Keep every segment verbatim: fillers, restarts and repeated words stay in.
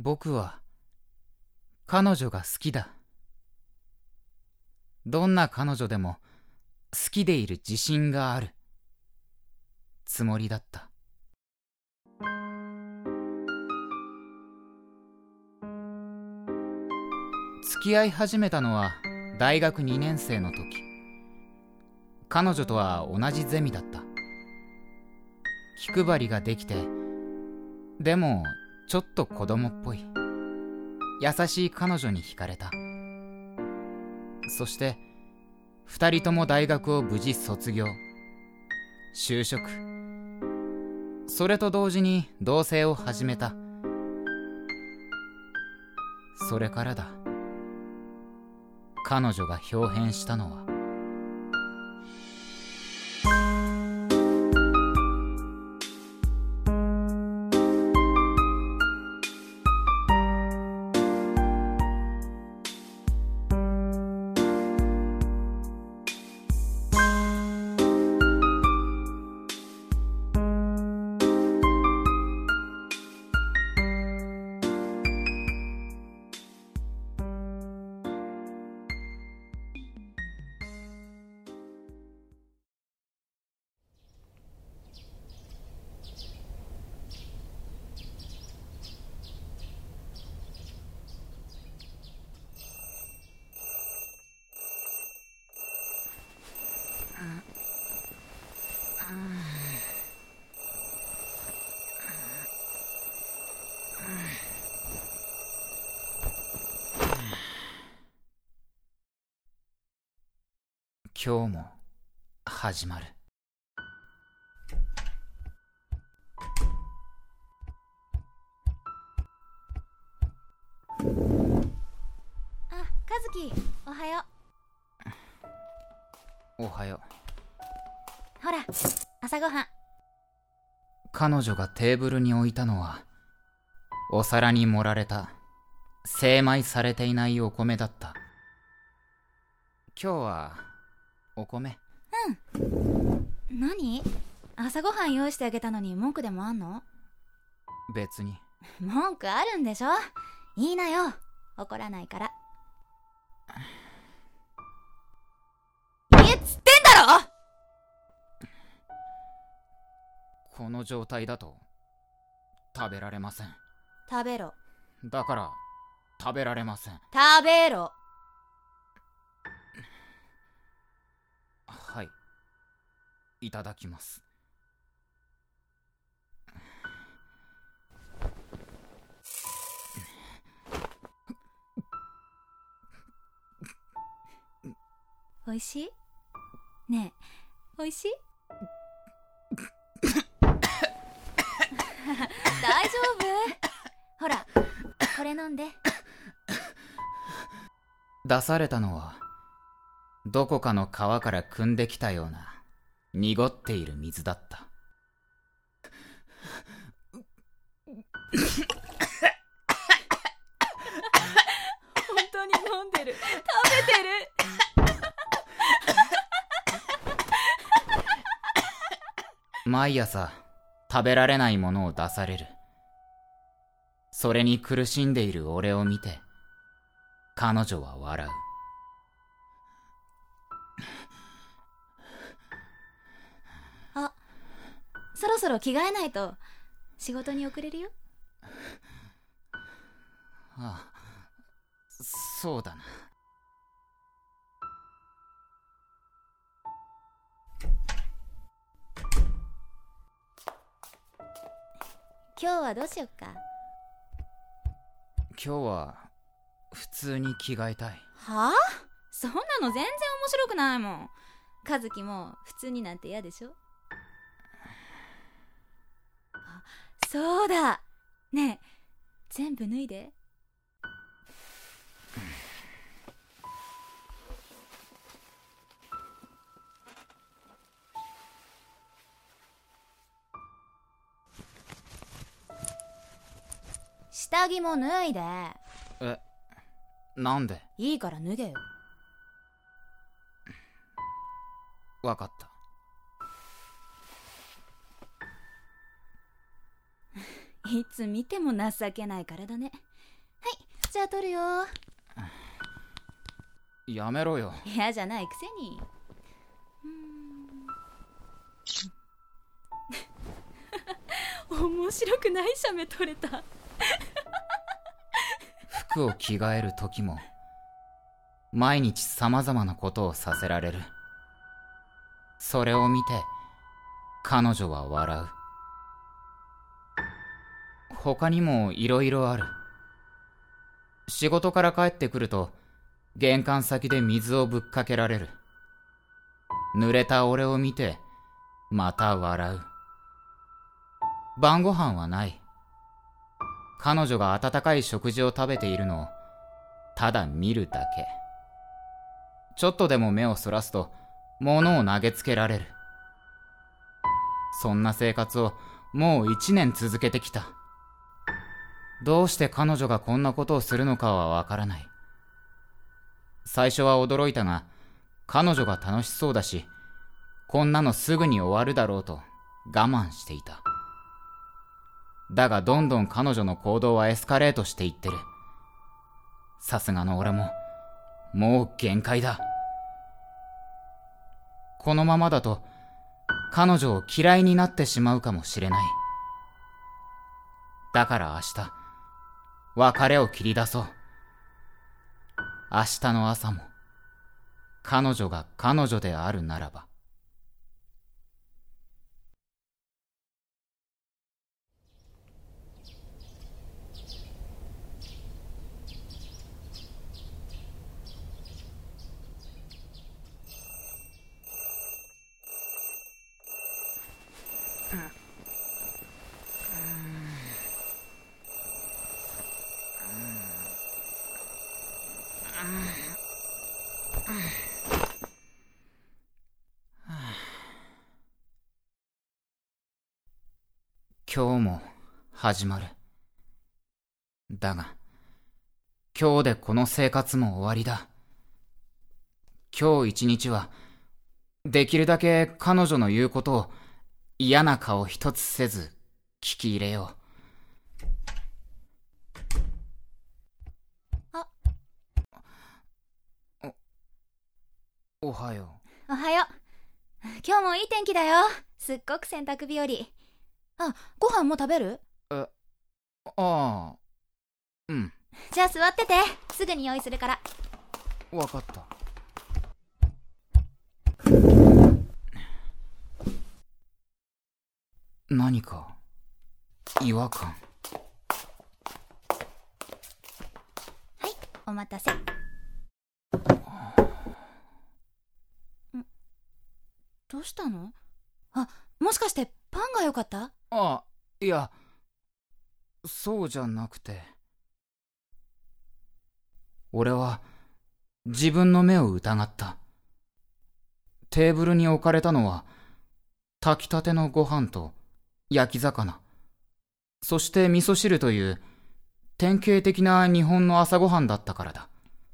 僕は彼女が好きだ。どんな彼女でも好きでいる自信があるつもりだった。付き合い始めたのは大学にねん生の時。彼女とは同じゼミだった。気配りができて、でもちょっと子供っぽい優しい彼女に惹かれた。そして二人とも大学を無事卒業、就職、それと同時に同棲を始めた。それからだ、彼女が表変したのは。今日も始まる。 あ、和樹、おはよう。おはよう。 ほら、朝ごはん。 彼女がテーブルに置いたのは、お皿に盛られた精米されていないお米だった。今日はお米。 うん。何？朝ごはん用意してあげたのに文句でもあんの？ 別に。 文句あるんでしょ？いいなよ、怒らないから。いえっつってんだろ！ この状態だと食べられません。 食べろ。 だから食べられません。 食べろ。 はい、いただきます。 おいしい？ねえ、おいしい？大丈夫？ほら、これ飲んで。 出されたのはどこかの川から汲んできたような濁っている水だった。 本当に飲んでる。食べてる。 毎朝食べられないものを出される。それに苦しんでいる俺を見て彼女は笑う。 あ、そろそろ着替えないと仕事に遅れるよ。 ああ、そうだな。 今日はどうしよっか。 今日は普通に着替えたい。 はあ？そんなの全然面白くないもん。和樹も普通になんて嫌でしょ。あ、そうだ。ねえ、全部脱いで。下着も脱いで。 え、なんで？ いいから脱げよ。 わかった。 いつ見ても情けない体ね。はい、じゃあ撮るよ。 やめろよ。 嫌じゃないくせに。うーん面白くない写メ撮れた。 服を着替える時も毎日さまざまなことをさせられる。それを見て彼女は笑う。他にもいろいろある。仕事から帰ってくると玄関先で水をぶっかけられる。濡れた俺を見てまた笑う。晩ご飯はない。彼女が温かい食事を食べているのをただ見るだけ。ちょっとでも目をそらすと物を投げつけられる。そんな生活をもう一年続けてきた。どうして彼女がこんなことをするのかはわからない。最初は驚いたが、彼女が楽しそうだし、こんなのすぐに終わるだろうと我慢していた。だがどんどん彼女の行動はエスカレートしていってる。さすがの俺ももう限界だ。このままだと彼女を嫌いになってしまうかもしれない。だから明日別れを切り出そう。明日の朝も彼女が彼女であるならば。今日も始まる。だが今日でこの生活も終わりだ。今日一日はできるだけ彼女の言うことを嫌な顔一つせず聞き入れよう。あお、おはよう。おはよう。今日もいい天気だよ。すっごく洗濯日和。あ、ご飯も食べる？ え、ああ、うん。 じゃあ座ってて、すぐに用意するから。 わかった。何か違和感。 はい、お待たせ。ん、どうしたの？あ、もしかしてパンが良かった？ あ、いや、そうじゃなくて。俺は自分の目を疑った。テーブルに置かれたのは炊きたてのご飯と焼き魚、そして味噌汁という典型的な日本の朝ごはんだったからだ。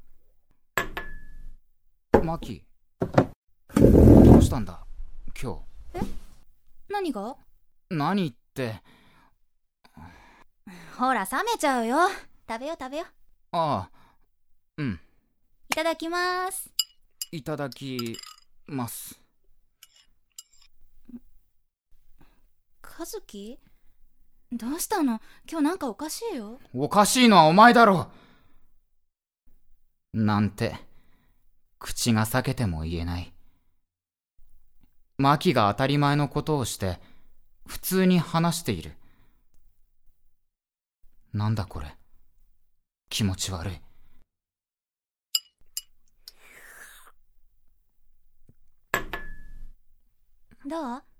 マキ、どうしたんだ今日？ え？何が？ 何って。 ほら冷めちゃうよ。食べよう食べよう。 ああ、うん。 いただきます。 いただきます。 和樹？どうしたの？今日なんかおかしいよ。 おかしいのはお前だろ。なんて口が裂けても言えない。マキが当たり前のことをして普通に話している。なんだこれ、気持ち悪い。 どう？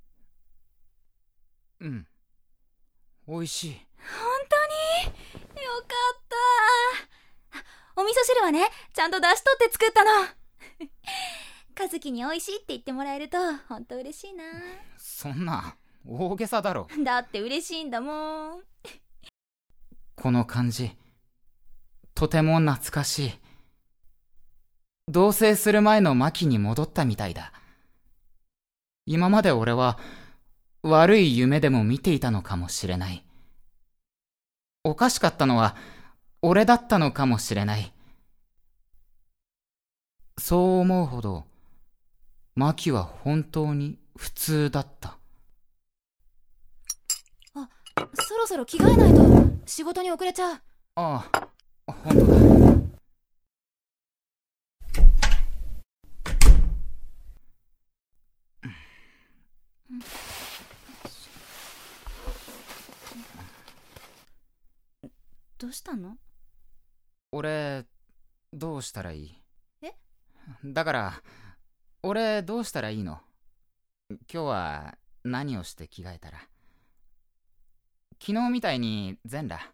うん、おいしい。 本当に？よかった。お味噌汁はね、ちゃんと出汁取って作ったの。和樹に美味しいって言ってもらえると本当嬉しいな。 そんな大げさだろ。 だって嬉しいんだもん。 この感じとても懐かしい。同棲する前のマキに戻ったみたいだ。今まで俺は悪い夢でも見ていたのかもしれない。 かしかったのは俺だったのかもしれない。そう思うほどマキは本当に普通だった。 あ、そろそろ着替えないと仕事に遅れちゃう。 ああ、本当だ。 どうしたの？ 俺どうしたらいい？ え？ だから俺どうしたらいいの？今日は何をして着替えたら？昨日みたいに全裸？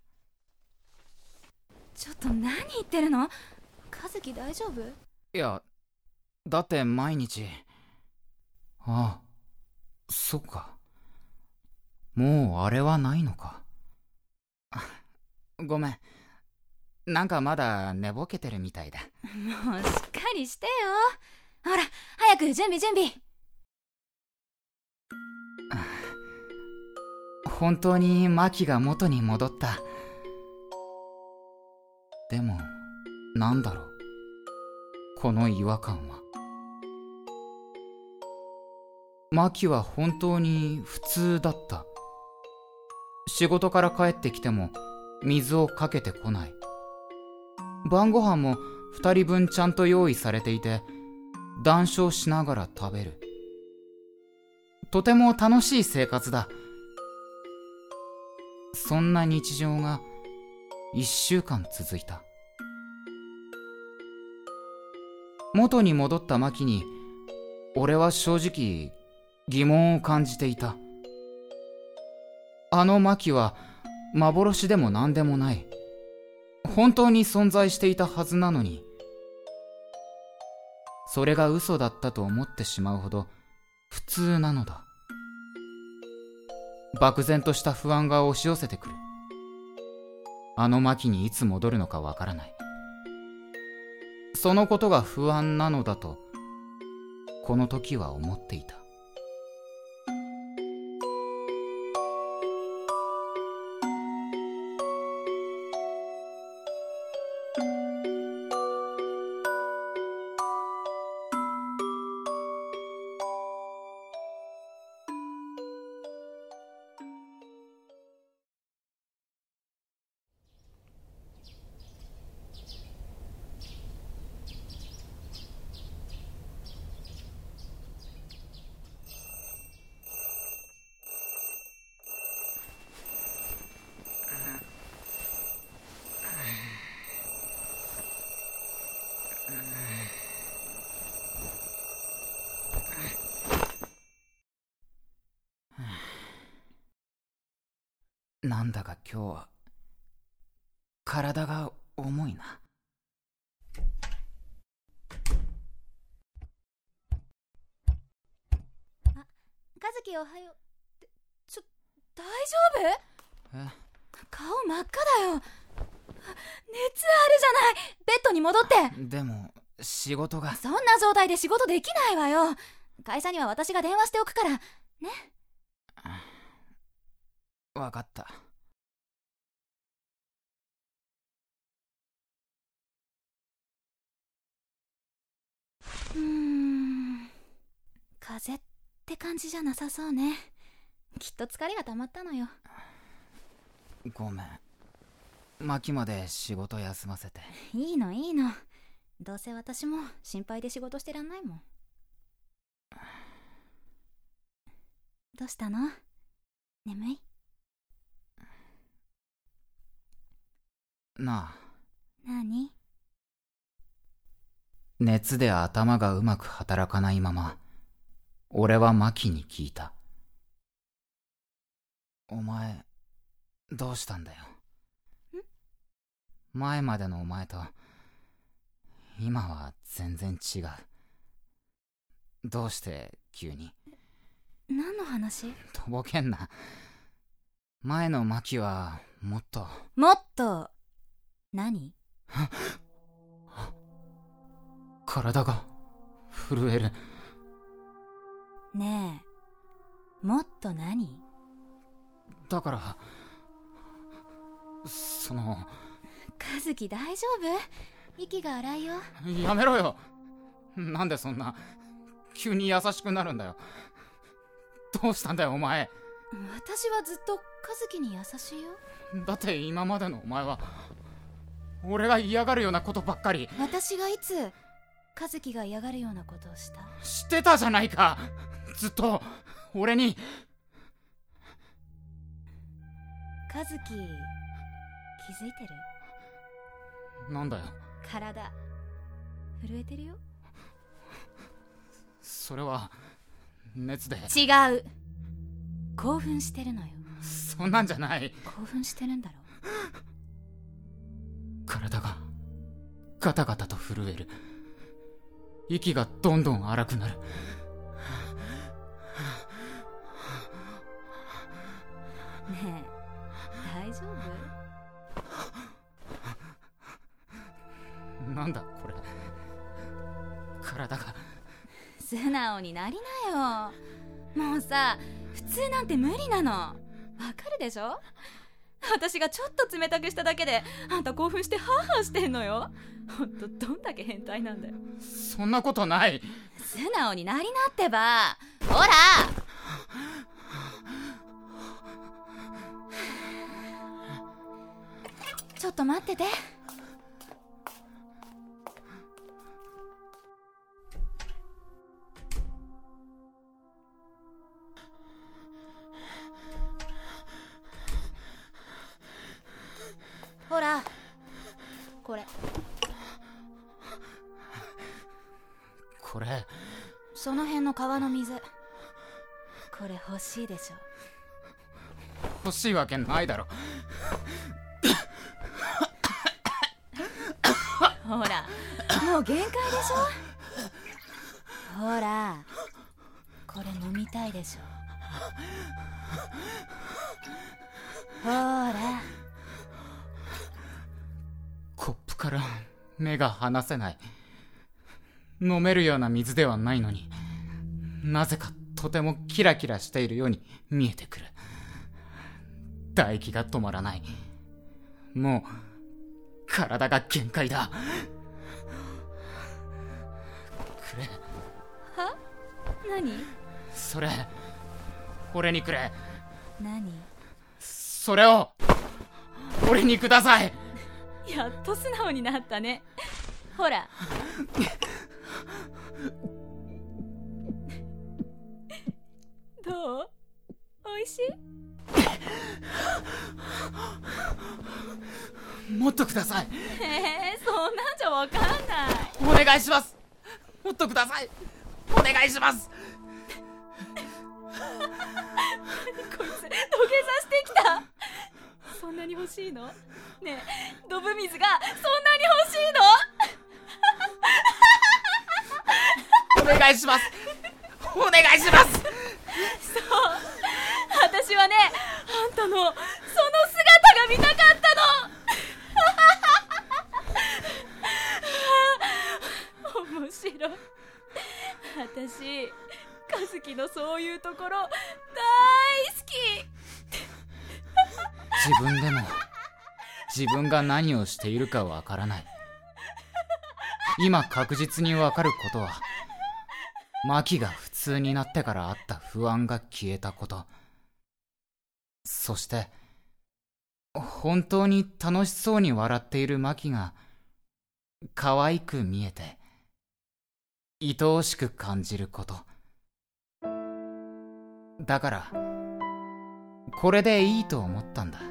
ちょっと何言ってるの？和樹大丈夫？ いや、だって毎日。ああ、そっか。もうあれはないのか。ごめん、なんかまだ寝ぼけてるみたいだ。 もうしっかりしてよ。ほら早く準備準備。 本当にマキが元に戻った。でもなんだろう、この違和感は。マキは本当に普通だった。仕事から帰ってきても水をかけてこない。晩ご飯も二人分ちゃんと用意されていて、談笑しながら食べる。とても楽しい生活だ。そんな日常が一週間続いた。元に戻ったマキに俺は正直疑問を感じていた。あのマキは幻でも何でもない。本当に存在していたはずなのに、それが嘘だったと思ってしまうほど普通なのだ。漠然とした不安が押し寄せてくる。あのマキにいつ戻るのかわからない。そのことが不安なのだとこの時は思っていた。なんだか今日は体が重いな。 あ、和樹おはよう。ってちょ、大丈夫？ え？ 顔真っ赤だよ。熱あるじゃない。ベッドに戻って。 でも仕事が。 そんな状態で仕事できないわよ。会社には私が電話しておくからね。 わかった。 うーん、風邪って感じじゃなさそうね。きっと疲れが溜まったのよ。 ごめん、巻まで仕事休ませて。 いいのいいの、どうせ私も心配で仕事してらんないもん。どうしたの？眠い？ なあ。 何？ 熱で頭がうまく働かないまま俺はマキに聞いた。お前どうしたんだよ。 ん？ 前までのお前と今は全然違う。どうして急に？ 何の話？ とぼけんな。前のマキはもっともっと何？ 体が震える。 ねえ、もっと何？ だからその和樹大丈夫？息が荒いよ。 やめろよ。なんでそんな急に優しくなるんだよ。どうしたんだよお前。 私はずっと和樹に優しいよ。 だって今までのお前は俺が嫌がるようなことばっかり。 私がいつ和樹が嫌がるようなことをした？ 知ってたじゃないか。ずっと俺に。 和樹、気づいてる？ なんだよ。 体震えてるよ。 それは熱で。 違う、興奮してるのよ。 そんなんじゃない。 興奮してるんだろ。 体がガタガタと震える。息がどんどん荒くなる。 ねえ、大丈夫？ なんだこれ。体が。 素直になりなよ。もうさ、普通なんて無理なの。わかるでしょ？私がちょっと冷たくしただけであんた興奮してハーハーしてんのよ。ほんとどんだけ変態なんだよ。 そんなことない。 素直になりなってば。ほらちょっと待ってて。ほらこれ。 これその辺の川の水。これ欲しいでしょ？ 欲しいわけないだろ。 ほらもう限界でしょ。ほらこれ飲みたいでしょ。ほらコップから目が離せない。飲めるような水ではないのに、なぜかとてもキラキラしているように見えてくる。唾液が止まらない。もう体が限界だ。くれ。 は？何？ それ俺にくれ。 何？ それを俺にください。 やっと素直になったね。ほらどう？おいしい？ もっとください。 えー、そんなんじゃわかんない。 お願いします。もっとください。お願いします。 こいつ土下座してきた。そんなに欲しいの？ねえ、ドブ水がそんなに欲しいの？お願いします。お願いします。 そう、私はね、あんたのその姿が見たかったの。面白い。私、和樹のそういうところ大好き。 自分でも自分が何をしているかわからない。今確実にわかることは、マキが普通になってからあった不安が消えたこと。そして本当に楽しそうに笑っているマキが可愛く見えて愛おしく感じること。だからこれでいいと思ったんだ。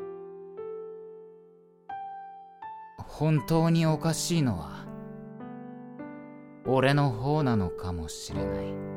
本当におかしいのは俺の方なのかもしれない。